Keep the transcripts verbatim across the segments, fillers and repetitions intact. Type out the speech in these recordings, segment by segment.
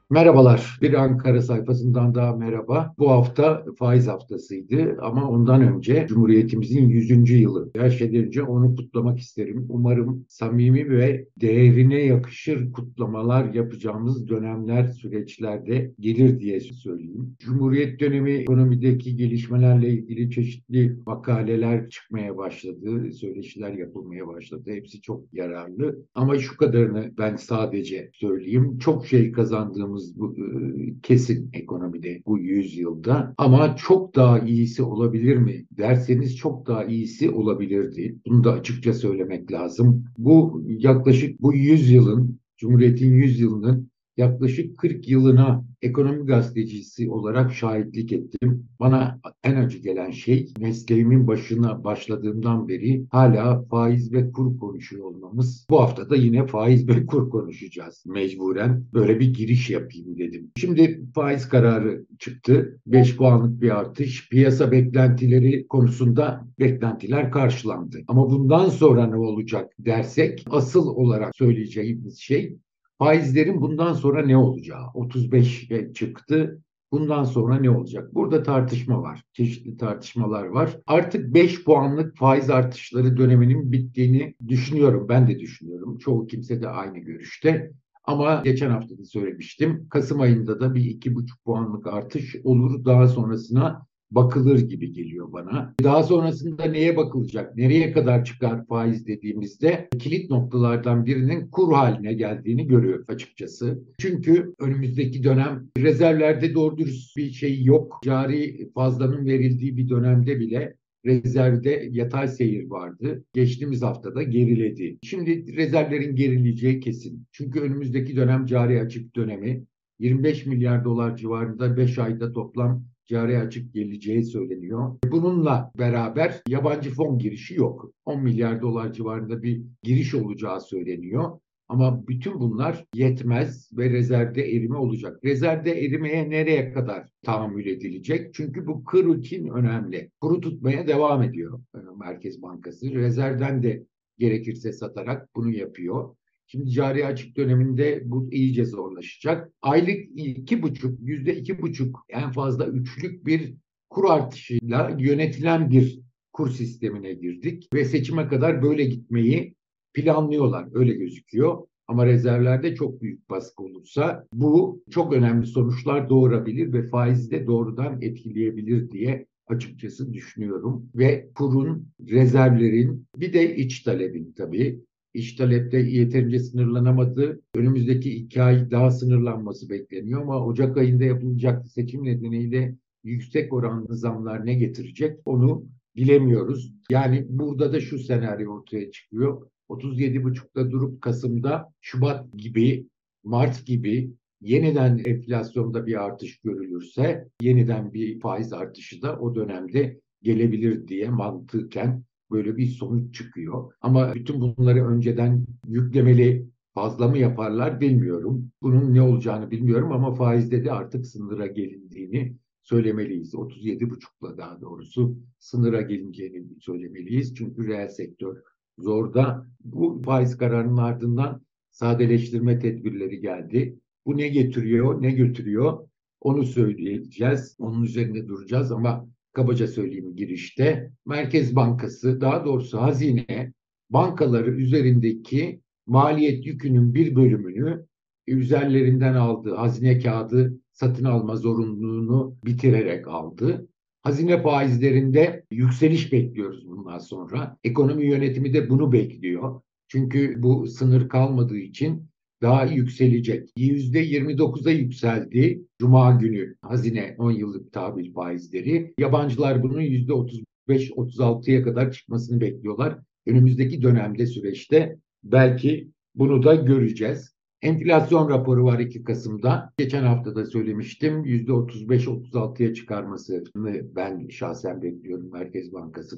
Merhabalar. Bir Ankara sayfasından daha merhaba. Bu hafta faiz haftasıydı ama ondan önce Cumhuriyetimizin yüzüncü yılı. Her şeyden önce onu kutlamak isterim. Umarım samimi ve değerine yakışır kutlamalar yapacağımız dönemler, süreçlerde gelir diye söyleyeyim. Cumhuriyet dönemi ekonomideki gelişmelerle ilgili çeşitli makaleler çıkmaya başladı, söyleşiler yapılmaya başladı. Hepsi çok yararlı. Ama şu kadarını ben sadece söyleyeyim. Çok şey kazandığımız bu, e, kesin ekonomide bu yüzyılda. Ama çok daha iyisi olabilir mi derseniz çok daha iyisi olabilirdi. Bunu da açıkça söylemek lazım. Bu yaklaşık bu yüzyılın, Cumhuriyet'in yüzyılının yaklaşık kırk yılına ekonomi gazetecisi olarak şahitlik ettim. Bana en acı gelen şey mesleğimin başına başladığımdan beri hala faiz ve kur konuşuyor olmamız. Bu hafta da yine faiz ve kur konuşacağız mecburen. Böyle bir giriş yapayım dedim. Şimdi faiz kararı çıktı. beş puanlık bir artış. Piyasa beklentileri konusunda beklentiler karşılandı. Ama bundan sonra ne olacak dersek asıl olarak söyleyeceğimiz şey faizlerin bundan sonra ne olacağı. otuz beşe çıktı. Bundan sonra ne olacak? Burada tartışma var. Çeşitli tartışmalar var. Artık beş puanlık faiz artışları döneminin bittiğini düşünüyorum. Ben de düşünüyorum. Çoğu kimse de aynı görüşte. Ama geçen hafta da söylemiştim. Kasım ayında da bir iki buçuk puanlık artış olur. Daha sonrasına bakılır gibi geliyor bana. Daha sonrasında neye bakılacak, nereye kadar çıkar faiz dediğimizde kilit noktalardan birinin kur haline geldiğini görüyor açıkçası. Çünkü önümüzdeki dönem rezervlerde doğru dürüst bir şey yok. Cari fazlanın verildiği bir dönemde bile rezervde yatay seyir vardı. Geçtiğimiz haftada geriledi. Şimdi rezervlerin gerileyeceği kesin. Çünkü önümüzdeki dönem cari açık dönemi. yirmi beş milyar dolar civarında beş ayda toplam cari açık geleceği söyleniyor. Bununla beraber yabancı fon girişi yok. on milyar dolar civarında bir giriş olacağı söyleniyor. Ama bütün bunlar yetmez ve rezervde erime olacak. Rezervde erimeye nereye kadar tahammül edilecek? Çünkü bu kır için önemli. Kuru tutmaya devam ediyor Merkez Bankası. Rezervden de gerekirse satarak bunu yapıyor. Şimdi cari açık döneminde bu iyice zorlaşacak. Aylık iki buçuk, yüzde iki buçuk en fazla üçlük bir kur artışıyla yönetilen bir kur sistemine girdik ve seçime kadar böyle gitmeyi planlıyorlar. Öyle gözüküyor. Ama rezervlerde çok büyük baskı olursa bu çok önemli sonuçlar doğurabilir ve faizi de doğrudan etkileyebilir diye açıkçası düşünüyorum. Ve kurun, rezervlerin bir de iç talebin tabii İç talepte yeterince sınırlanamadı. Önümüzdeki iki ay daha sınırlanması bekleniyor ama Ocak ayında yapılacak seçim nedeniyle yüksek oranlı zamlar ne getirecek onu bilemiyoruz. Yani burada da şu senaryo ortaya çıkıyor. otuz yedi buçukta durup Kasım'da Şubat gibi, Mart gibi yeniden enflasyonda bir artış görülürse yeniden bir faiz artışı da o dönemde gelebilir diye mantıken böyle bir sonuç çıkıyor. Ama bütün bunları önceden yüklemeli fazla mı yaparlar bilmiyorum. Bunun ne olacağını bilmiyorum ama faizde de artık sınıra gelindiğini söylemeliyiz. otuz yedi buçukla daha doğrusu sınıra gelineceğini söylemeliyiz. Çünkü reel sektör zorda. Bu faiz kararının ardından sadeleştirme tedbirleri geldi. Bu ne getiriyor, ne götürüyor? Onu söyleyeceğiz. Onun üzerinde duracağız ama kabaca söyleyeyim girişte. Merkez Bankası, daha doğrusu hazine bankaları üzerindeki maliyet yükünün bir bölümünü üzerlerinden aldığı hazine kağıdı satın alma zorunluluğunu bitirerek aldı. Hazine faizlerinde yükseliş bekliyoruz bundan sonra. Ekonomi yönetimi de bunu bekliyor. Çünkü bu sınır kalmadığı için daha yükselecek. yüzde yirmi dokuza yükseldi Cuma günü hazine on yıllık tahvil faizleri. Yabancılar bunun yüzde otuz beş otuz altıya kadar çıkmasını bekliyorlar. Önümüzdeki dönemde süreçte belki bunu da göreceğiz. Enflasyon raporu var iki Kasım'da. Geçen hafta da söylemiştim. yüzde otuz beş otuz altıya çıkarmasını ben şahsen bekliyorum Merkez Bankası'nın.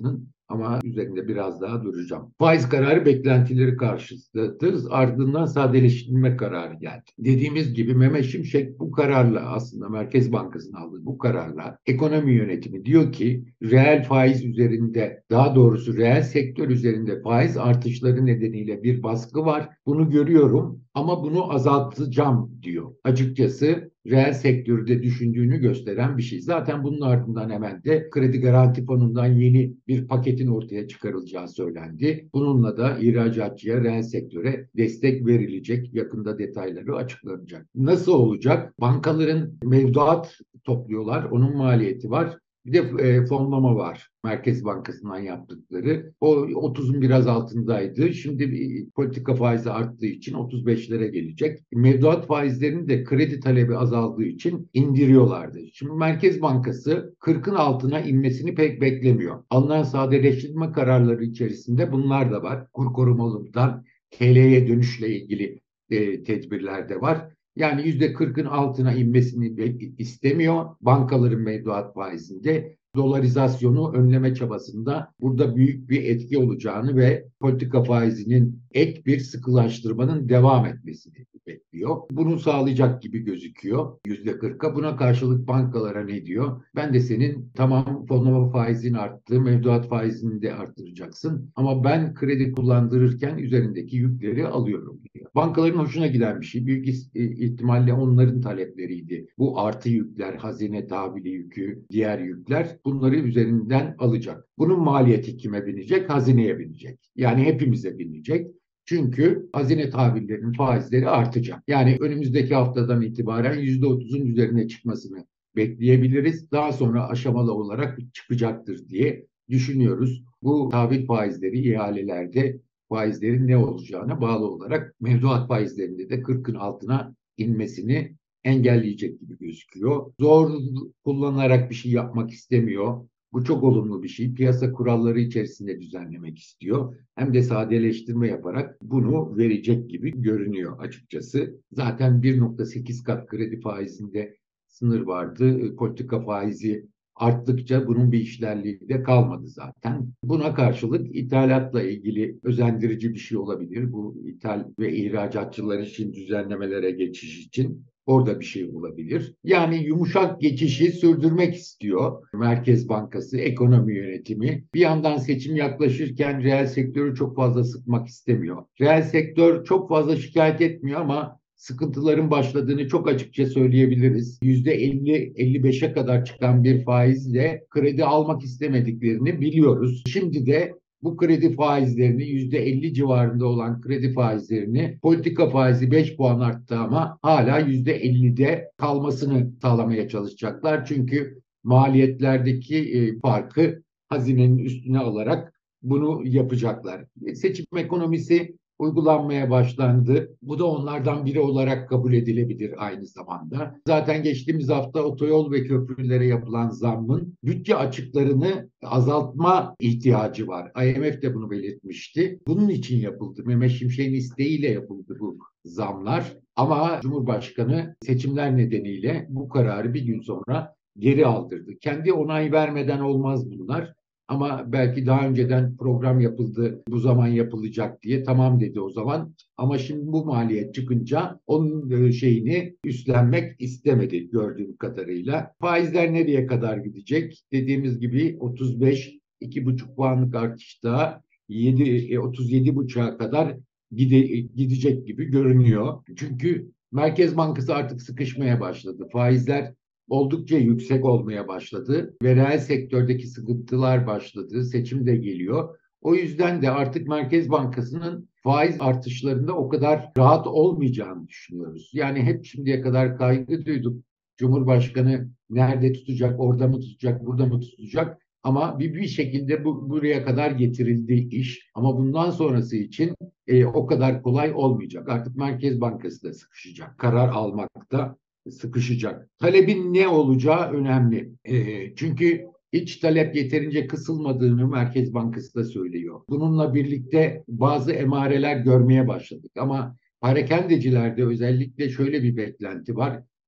ama üzerinde biraz daha duracağım. Faiz kararı beklentileri karşıtız. Ardından sadeleştirme kararı geldi. Dediğimiz gibi Mehmet Şimşek bu kararla, aslında Merkez Bankası'nın aldığı bu kararla ekonomi yönetimi diyor ki reel faiz üzerinde, daha doğrusu reel sektör üzerinde faiz artışları nedeniyle bir baskı var. Bunu görüyorum ama bunu azaltacağım diyor. Açıkçası reel sektörde düşündüğünü gösteren bir şey. Zaten bunun ardından hemen de kredi garanti fonundan yeni bir paketin ortaya çıkarılacağı söylendi. Bununla da ihracatçıya, reel sektöre destek verilecek. Yakında detayları açıklanacak. Nasıl olacak? Bankaların mevduat topluyorlar. Onun maliyeti var. Bir de e, fonlama var. Merkez Bankası'ndan yaptıkları. O otuzun biraz altındaydı. Şimdi bir politika faizi arttığı için otuz beşlere gelecek. Mevduat faizlerinin de kredi talebi azaldığı için indiriyorlardı. Şimdi Merkez Bankası kırkın altına inmesini pek beklemiyor. Alınan sadeleştirme kararları içerisinde bunlar da var. Kur korumalıdan T L'ye dönüşle ilgili e, tedbirler de var. Yani yüzde kırkın altına inmesini istemiyor bankaların mevduat faizinde. Dolarizasyonu önleme çabasında burada büyük bir etki olacağını ve politika faizinin ek bir sıkılaştırmanın devam etmesini bekliyor. Bunu sağlayacak gibi gözüküyor yüzde kırka. Buna karşılık bankalara ne diyor? Ben de senin tamam fonlama faizin arttı, mevduat faizini de arttıracaksın ama ben kredi kullandırırken üzerindeki yükleri alıyorum diyor. Bankaların hoşuna giden bir şey. Büyük ihtimalle onların talepleriydi. Bu artı yükler, hazine tahvili yükü, diğer yükler bunları üzerinden alacak. Bunun maliyeti kime binecek? Hazineye binecek. Yani hepimize binecek. Çünkü hazine tahvillerinin faizleri artacak. Yani önümüzdeki haftadan itibaren yüzde otuzun üzerine çıkmasını bekleyebiliriz. Daha sonra aşamalı olarak çıkacaktır diye düşünüyoruz. Bu tahvil faizleri ihalelerde faizlerin ne olacağına bağlı olarak mevduat faizlerinde de kırkın altına inmesini engelleyecek gibi gözüküyor. Zor kullanarak bir şey yapmak istemiyor. Bu çok olumlu bir şey. Piyasa kuralları içerisinde düzenlemek istiyor. Hem de sadeleştirme yaparak bunu verecek gibi görünüyor açıkçası. Zaten bir nokta sekiz kat kredi faizinde sınır vardı. Politika faizi arttıkça bunun bir işlerliği de kalmadı zaten. Buna karşılık ithalatla ilgili özendirici bir şey olabilir. Bu ithal ve ihracatçılar için düzenlemelere geçiş için orada bir şey olabilir. Yani yumuşak geçişi sürdürmek istiyor Merkez Bankası, ekonomi yönetimi. Bir yandan seçim yaklaşırken reel sektörü çok fazla sıkmak istemiyor. Reel sektör çok fazla şikayet etmiyor ama sıkıntıların başladığını çok açıkça söyleyebiliriz. yüzde elli elli beşe kadar çıkan bir faizle kredi almak istemediklerini biliyoruz. Şimdi de bu kredi faizlerini yüzde elli civarında olan kredi faizlerini politika faizi beş puan arttı ama hala yüzde ellide kalmasını sağlamaya çalışacaklar. Çünkü maliyetlerdeki e, farkı hazinenin üstüne alarak bunu yapacaklar. Seçim ekonomisi uygulanmaya başlandı. Bu da onlardan biri olarak kabul edilebilir aynı zamanda. Zaten geçtiğimiz hafta otoyol ve köprülere yapılan zammın bütçe açıklarını azaltma ihtiyacı var. I M F de bunu belirtmişti. Bunun için yapıldı. Mehmet Şimşek'in isteğiyle yapıldı bu zamlar. Ama Cumhurbaşkanı seçimler nedeniyle bu kararı bir gün sonra geri aldırdı. Kendi onay vermeden olmaz bunlar. Ama belki daha önceden program yapıldı, bu zaman yapılacak diye tamam dedi o zaman. Ama şimdi bu maliyet çıkınca onun şeyini üstlenmek istemedi gördüğüm kadarıyla. Faizler nereye kadar gidecek? Dediğimiz gibi otuz beş, iki buçuk puanlık artışta yedi, otuz yedi buçuğa kadar gide, gidecek gibi görünüyor. Çünkü Merkez Bankası artık sıkışmaya başladı. Faizler oldukça yüksek olmaya başladı ve reel sektördeki sıkıntılar başladı. Seçim de geliyor. O yüzden de artık Merkez Bankası'nın faiz artışlarında o kadar rahat olmayacağını düşünüyoruz. Yani hep şimdiye kadar kaygı duyduk. Cumhurbaşkanı nerede tutacak, orada mı tutacak, burada mı tutacak? Ama bir, bir şekilde bu, buraya kadar getirildi iş. Ama bundan sonrası için e, o kadar kolay olmayacak. Artık Merkez Bankası da sıkışacak. Karar almakta sıkışacak. Talebin ne olacağı önemli. E, çünkü iç talep yeterince kısılmadığını Merkez Bankası da söylüyor. Bununla birlikte bazı emareler görmeye başladık ama parakendecilerde özellikle şöyle bir beklenti var.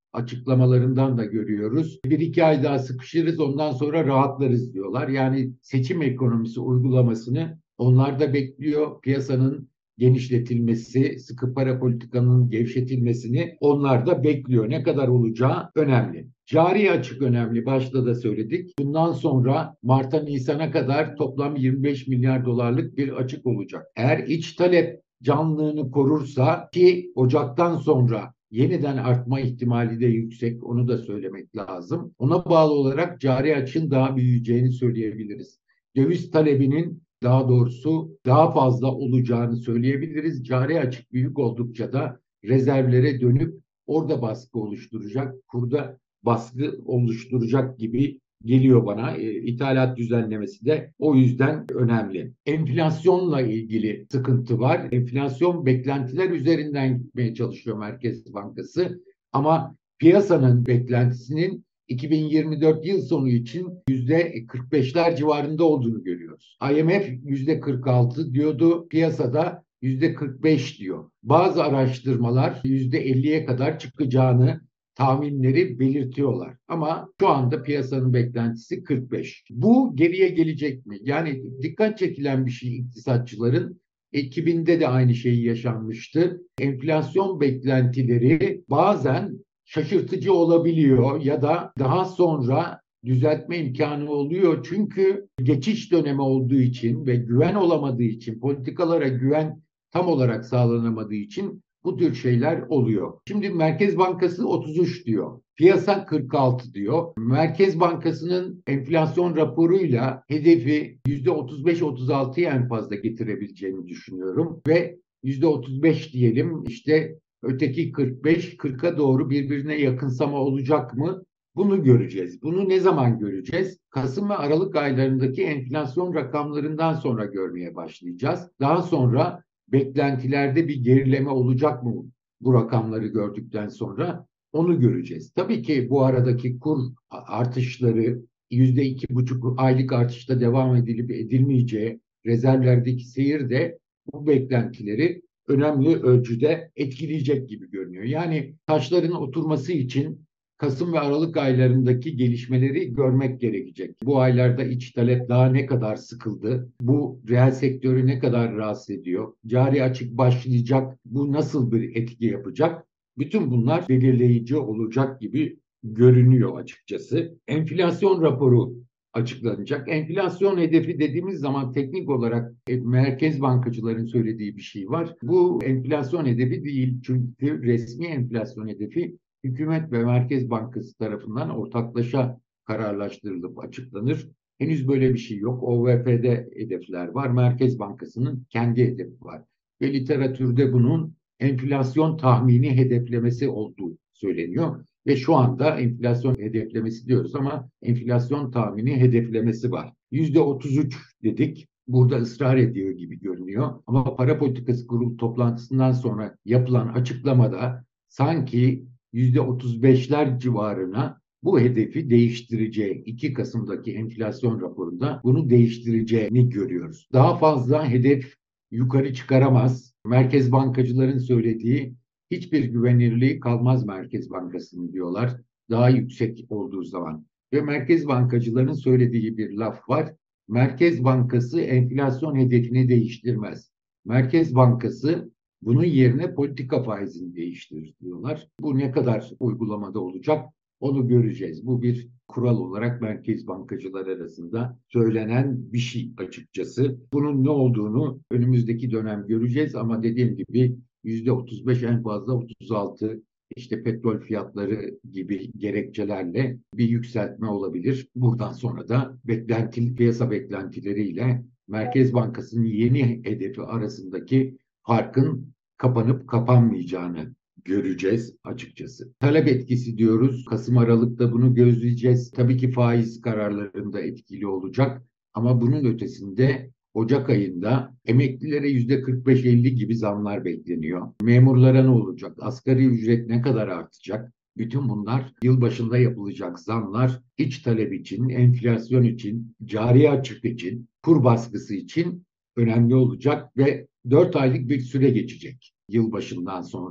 açıklamalarından da görüyoruz. Bir iki ay daha sıkışırız, ondan sonra rahatlarız diyorlar. Yani seçim ekonomisi uygulamasını onlar da bekliyor. Piyasanın genişletilmesi, sıkı para politikanın gevşetilmesini onlar da bekliyor. Ne kadar olacağı önemli. Cari açık önemli. Başta da söyledik. Bundan sonra Mart'a Nisan'a kadar toplam yirmi beş milyar dolarlık bir açık olacak. Eğer iç talep canlılığını korursa, ki Ocak'tan sonra yeniden artma ihtimali de yüksek, onu da söylemek lazım. Ona bağlı olarak cari açığın daha büyüyeceğini söyleyebiliriz. Döviz talebinin, daha doğrusu daha fazla olacağını söyleyebiliriz. Cari açık büyük oldukça da rezervlere dönüp orada baskı oluşturacak, kurda baskı oluşturacak gibi geliyor bana. E, ithalat düzenlemesi de o yüzden önemli. Enflasyonla ilgili sıkıntı var. Enflasyon beklentiler üzerinden gitmeye çalışıyor Merkez Bankası. Ama piyasanın beklentisinin iki bin yirmi dört yıl sonu için yüzde kırk beşler civarında olduğunu görüyoruz. I M F yüzde kırk altı diyordu, piyasada yüzde kırk beş diyor. Bazı araştırmalar yüzde elliye kadar çıkacağını, tahminleri belirtiyorlar. Ama şu anda piyasanın beklentisi kırk beş. Bu geriye gelecek mi? Yani dikkat çekilen bir şey iktisatçıların. iki binde de aynı şey yaşanmıştı. Enflasyon beklentileri bazen şaşırtıcı olabiliyor ya da daha sonra düzeltme imkanı oluyor. Çünkü geçiş dönemi olduğu için ve güven olamadığı için, politikalara güven tam olarak sağlanamadığı için bu tür şeyler oluyor. Şimdi Merkez Bankası otuz üç diyor. Piyasa kırk altı diyor. Merkez Bankası'nın enflasyon raporuyla hedefi yüzde otuz beş otuz altıya en fazla getirebileceğini düşünüyorum. Ve yüzde otuz beş diyelim, işte öteki kırk beş kırka doğru birbirine yakınsama olacak mı? Bunu göreceğiz. Bunu ne zaman göreceğiz? Kasım ve Aralık aylarındaki enflasyon rakamlarından sonra görmeye başlayacağız. Daha sonra beklentilerde bir gerileme olacak mı bu rakamları gördükten sonra? Onu göreceğiz. Tabii ki bu aradaki kur artışları, yüzde iki buçuk aylık artışta devam edilip edilmeyeceği, rezervlerdeki seyir de bu beklentileri önemli ölçüde etkileyecek gibi görünüyor. Yani taşların oturması için Kasım ve Aralık aylarındaki gelişmeleri görmek gerekecek. Bu aylarda iç talep daha ne kadar sıkıldı? Bu reel sektörü ne kadar rahatsız ediyor? Cari açık başlayacak. Bu nasıl bir etki yapacak? Bütün bunlar belirleyici olacak gibi görünüyor açıkçası. Enflasyon raporu açıklanacak. Enflasyon hedefi dediğimiz zaman teknik olarak e, merkez bankacıların söylediği bir şey var. Bu enflasyon hedefi değil, çünkü resmi enflasyon hedefi hükümet ve Merkez Bankası tarafından ortaklaşa kararlaştırılıp açıklanır. Henüz böyle bir şey yok. O V P'de hedefler var. Merkez Bankası'nın kendi hedefi var. Ve literatürde bunun enflasyon tahmini hedeflemesi olduğu söyleniyor. Ve şu anda enflasyon hedeflemesi diyoruz ama enflasyon tahmini hedeflemesi var. yüzde otuz üç dedik. Burada ısrar ediyor gibi görünüyor. Ama para politikası kurulu toplantısından sonra yapılan açıklamada sanki yüzde otuz beşler civarına bu hedefi değiştireceği, iki Kasım'daki enflasyon raporunda bunu değiştireceğini görüyoruz. Daha fazla hedef yukarı çıkaramaz. Merkez bankacıların söylediği, hiçbir güvenirliği kalmaz Merkez Bankası'nın diyorlar, daha yüksek olduğu zaman. Ve Merkez bankacıların söylediği bir laf var. Merkez Bankası enflasyon hedefini değiştirmez. Merkez Bankası bunun yerine politika faizini değiştirir diyorlar. Bu ne kadar uygulamada olacak onu göreceğiz. Bu bir kural olarak merkez bankacılar arasında söylenen bir şey açıkçası. Bunun ne olduğunu önümüzdeki dönem göreceğiz ama dediğim gibi yüzde otuz beş, en fazla otuz altı, işte petrol fiyatları gibi gerekçelerle bir yükseltme olabilir. Buradan sonra da beklenti, piyasa beklentileriyle Merkez Bankası'nın yeni hedefi arasındaki farkın kapanıp kapanmayacağını göreceğiz açıkçası. Talep etkisi diyoruz. Kasım Aralık'ta bunu gözleyeceğiz. Tabii ki faiz kararlarında etkili olacak ama bunun ötesinde Ocak ayında emeklilere yüzde kırk beş elli gibi zamlar bekleniyor. Memurlara ne olacak? Asgari ücret ne kadar artacak? Bütün bunlar yılbaşında yapılacak zamlar, iç talep için, enflasyon için, cari açık için, kur baskısı için önemli olacak ve dört aylık bir süre geçecek yılbaşından sonra.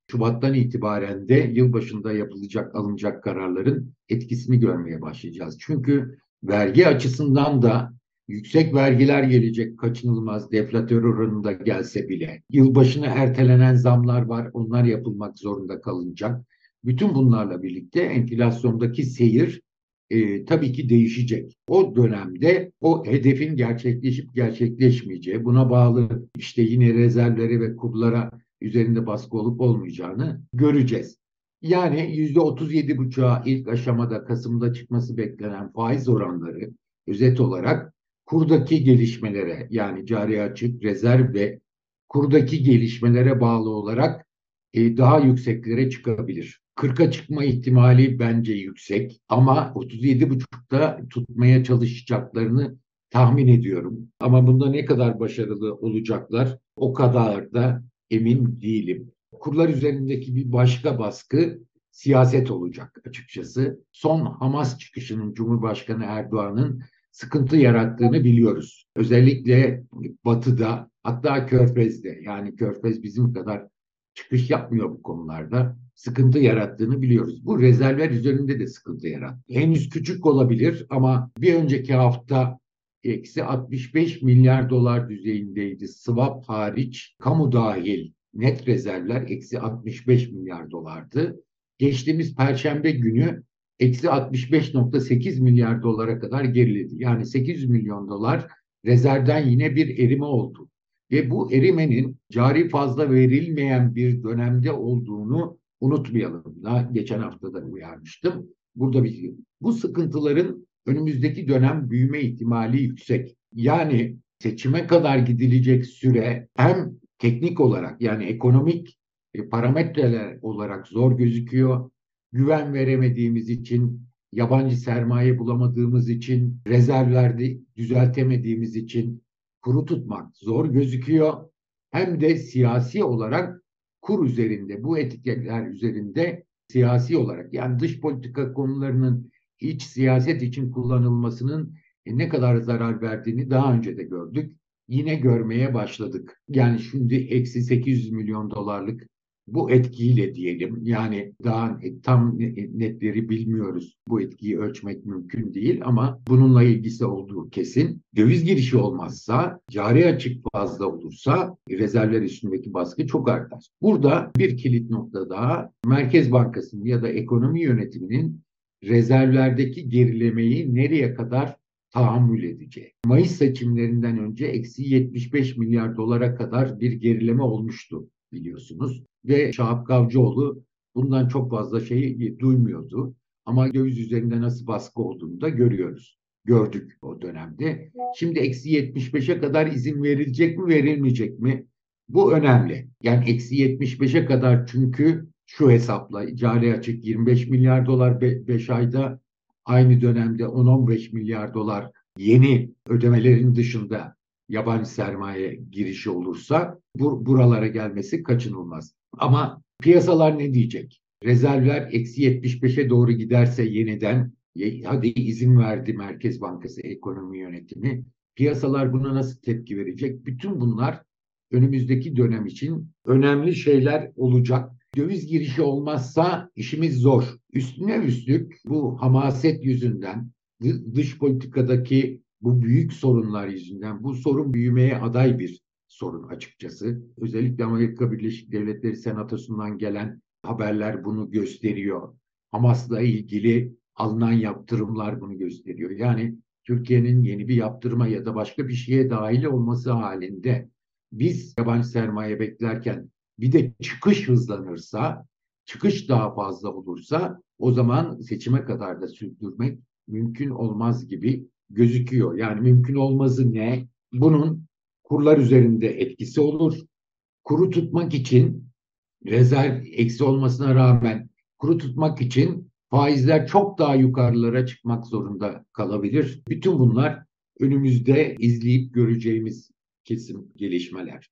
Şubat'tan itibaren de yılbaşında yapılacak, alınacak kararların etkisini görmeye başlayacağız. Çünkü vergi açısından da yüksek vergiler gelecek, kaçınılmaz, deflatör oranında gelse bile. Yılbaşına ertelenen zamlar var, onlar yapılmak zorunda kalınacak. Bütün bunlarla birlikte enflasyondaki seyir e, tabii ki değişecek. O dönemde o hedefin gerçekleşip gerçekleşmeyeceği, buna bağlı işte yine rezervlere ve kurlara üzerinde baskı olup olmayacağını göreceğiz. Yani yüzde otuz yedi buçuğa ilk aşamada Kasım'da çıkması beklenen faiz oranları özet olarak kurdaki gelişmelere, yani cari açık, rezerv ve kurdaki gelişmelere bağlı olarak e, daha yükseklere çıkabilir. kırka çıkma ihtimali bence yüksek ama otuz yedi buçukta tutmaya çalışacaklarını tahmin ediyorum. Ama bunda ne kadar başarılı olacaklar o kadar da emin değilim. Kurlar üzerindeki bir başka baskı siyaset olacak açıkçası. Son Hamas çıkışının Cumhurbaşkanı Erdoğan'ın sıkıntı yarattığını biliyoruz. Özellikle Batı'da, hatta Körfez'de, yani Körfez bizim kadar çıkış yapmıyor bu konularda, sıkıntı yarattığını biliyoruz. Bu rezervler üzerinde de sıkıntı yarattı. Henüz küçük olabilir ama bir önceki hafta eksi altmış beş milyar dolar düzeyindeydi. Swap hariç, kamu dahil net rezervler eksi altmış beş milyar dolardı. Geçtiğimiz Perşembe günü eksi altmış beş nokta sekiz milyar dolara kadar geriledi. Yani sekiz yüz milyon dolar rezervden yine bir erime oldu. Ve bu erimenin cari fazla verilmeyen bir dönemde olduğunu unutmayalım. Daha geçen hafta da uyarmıştım. Burada bir, bu sıkıntıların önümüzdeki dönem büyüme ihtimali yüksek. Yani seçime kadar gidilecek süre hem teknik olarak, yani ekonomik e, parametreler olarak zor gözüküyor. Güven veremediğimiz için, yabancı sermaye bulamadığımız için, rezervlerde düzeltemediğimiz için kuru tutmak zor gözüküyor. Hem de siyasi olarak kur üzerinde, bu etiketler üzerinde siyasi olarak, yani dış politika konularının iç siyaset için kullanılmasının ne kadar zarar verdiğini daha önce de gördük. Yine görmeye başladık. Yani şimdi eksi sekiz yüz milyon dolarlık bu etkiyle diyelim, yani daha tam netleri bilmiyoruz. Bu etkiyi ölçmek mümkün değil ama bununla ilgisi olduğu kesin. Döviz girişi olmazsa, cari açık fazla olursa rezervler üstündeki baskı çok artar. Burada bir kilit nokta daha, Merkez Bankası'nın ya da ekonomi yönetiminin rezervlerdeki gerilemeyi nereye kadar tahammül edeceği. Mayıs seçimlerinden önce eksi yetmiş beş milyar dolara kadar bir gerileme olmuştu biliyorsunuz. Ve Şahap Kavcıoğlu bundan çok fazla şey duymuyordu. Ama döviz üzerinde nasıl baskı olduğunu da görüyoruz. Gördük o dönemde. Şimdi eksi yetmiş beşe kadar izin verilecek mi, verilmeyecek mi? Bu önemli. Yani eksi yetmiş beşe kadar, çünkü şu hesapla cari açık yirmi beş milyar dolar beş ayda, aynı dönemde on on beş milyar dolar yeni ödemelerin dışında yabancı sermaye girişi olursa bu, buralara gelmesi kaçınılmaz. Ama piyasalar ne diyecek? Rezervler eksi yetmiş beşe doğru giderse yeniden, hadi izin verdi Merkez Bankası ekonomi yönetimi. Piyasalar buna nasıl tepki verecek? Bütün bunlar önümüzdeki dönem için önemli şeyler olacak. Döviz girişi olmazsa işimiz zor. Üstüne üstlük bu hamaset yüzünden, dış politikadaki bu büyük sorunlar yüzünden, bu sorun büyümeye aday bir sorun açıkçası. Özellikle Amerika Birleşik Devletleri Senatosu'ndan gelen haberler bunu gösteriyor. Hamas'la ilgili alınan yaptırımlar bunu gösteriyor. Yani Türkiye'nin yeni bir yaptırıma ya da başka bir şeye dahil olması halinde biz yabancı sermaye beklerken bir de çıkış hızlanırsa, çıkış daha fazla olursa, o zaman seçime kadar da sürdürmek mümkün olmaz gibi gözüküyor. Yani mümkün olmazı ne? Bunun kurlar üzerinde etkisi olur. Kuru tutmak için, rezerv eksi olmasına rağmen kuru tutmak için faizler çok daha yukarılara çıkmak zorunda kalabilir. Bütün bunlar önümüzde izleyip göreceğimiz kesim gelişmeler.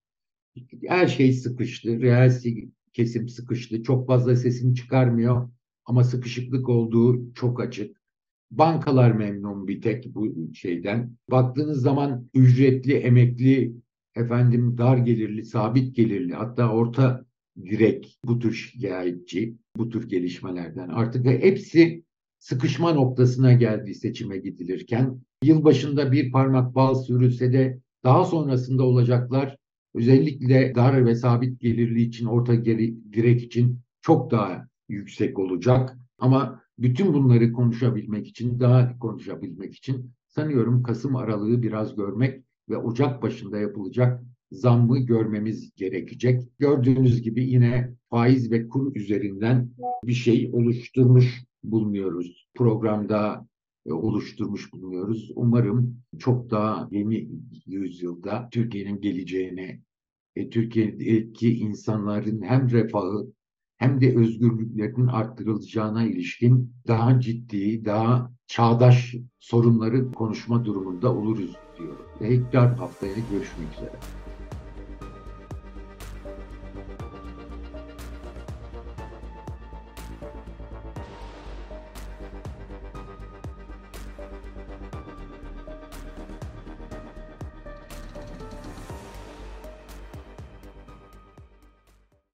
Her şey sıkıştı, reel kesim sıkıştı, çok fazla sesini çıkarmıyor ama sıkışıklık olduğu çok açık. Bankalar memnun bir tek bu şeyden. Baktığınız zaman ücretli, emekli, efendim dar gelirli, sabit gelirli, hatta orta direk, bu tür şikayetçi, bu tür gelişmelerden. Artık hepsi sıkışma noktasına geldi seçime gidilirken. Yılbaşında bir parmak bal sürülse de daha sonrasında olacaklar özellikle dar ve sabit gelirli için, orta geri, direk için çok daha yüksek olacak. Ama bütün bunları konuşabilmek için, daha konuşabilmek için sanıyorum Kasım aralığı biraz görmek ve Ocak başında yapılacak zammı görmemiz gerekecek. Gördüğünüz gibi yine faiz ve kur üzerinden bir şey oluşturmuş bulunuyoruz. Programda e, oluşturmuş bulunuyoruz. Umarım çok daha yeni yüzyılda Türkiye'nin geleceğine, e, Türkiye'deki insanların hem refahı hem de özgürlüklerinin arttırılacağına ilişkin daha ciddi, daha çağdaş sorunları konuşma durumunda oluruz diyorum. Tekrar haftaya görüşmek üzere.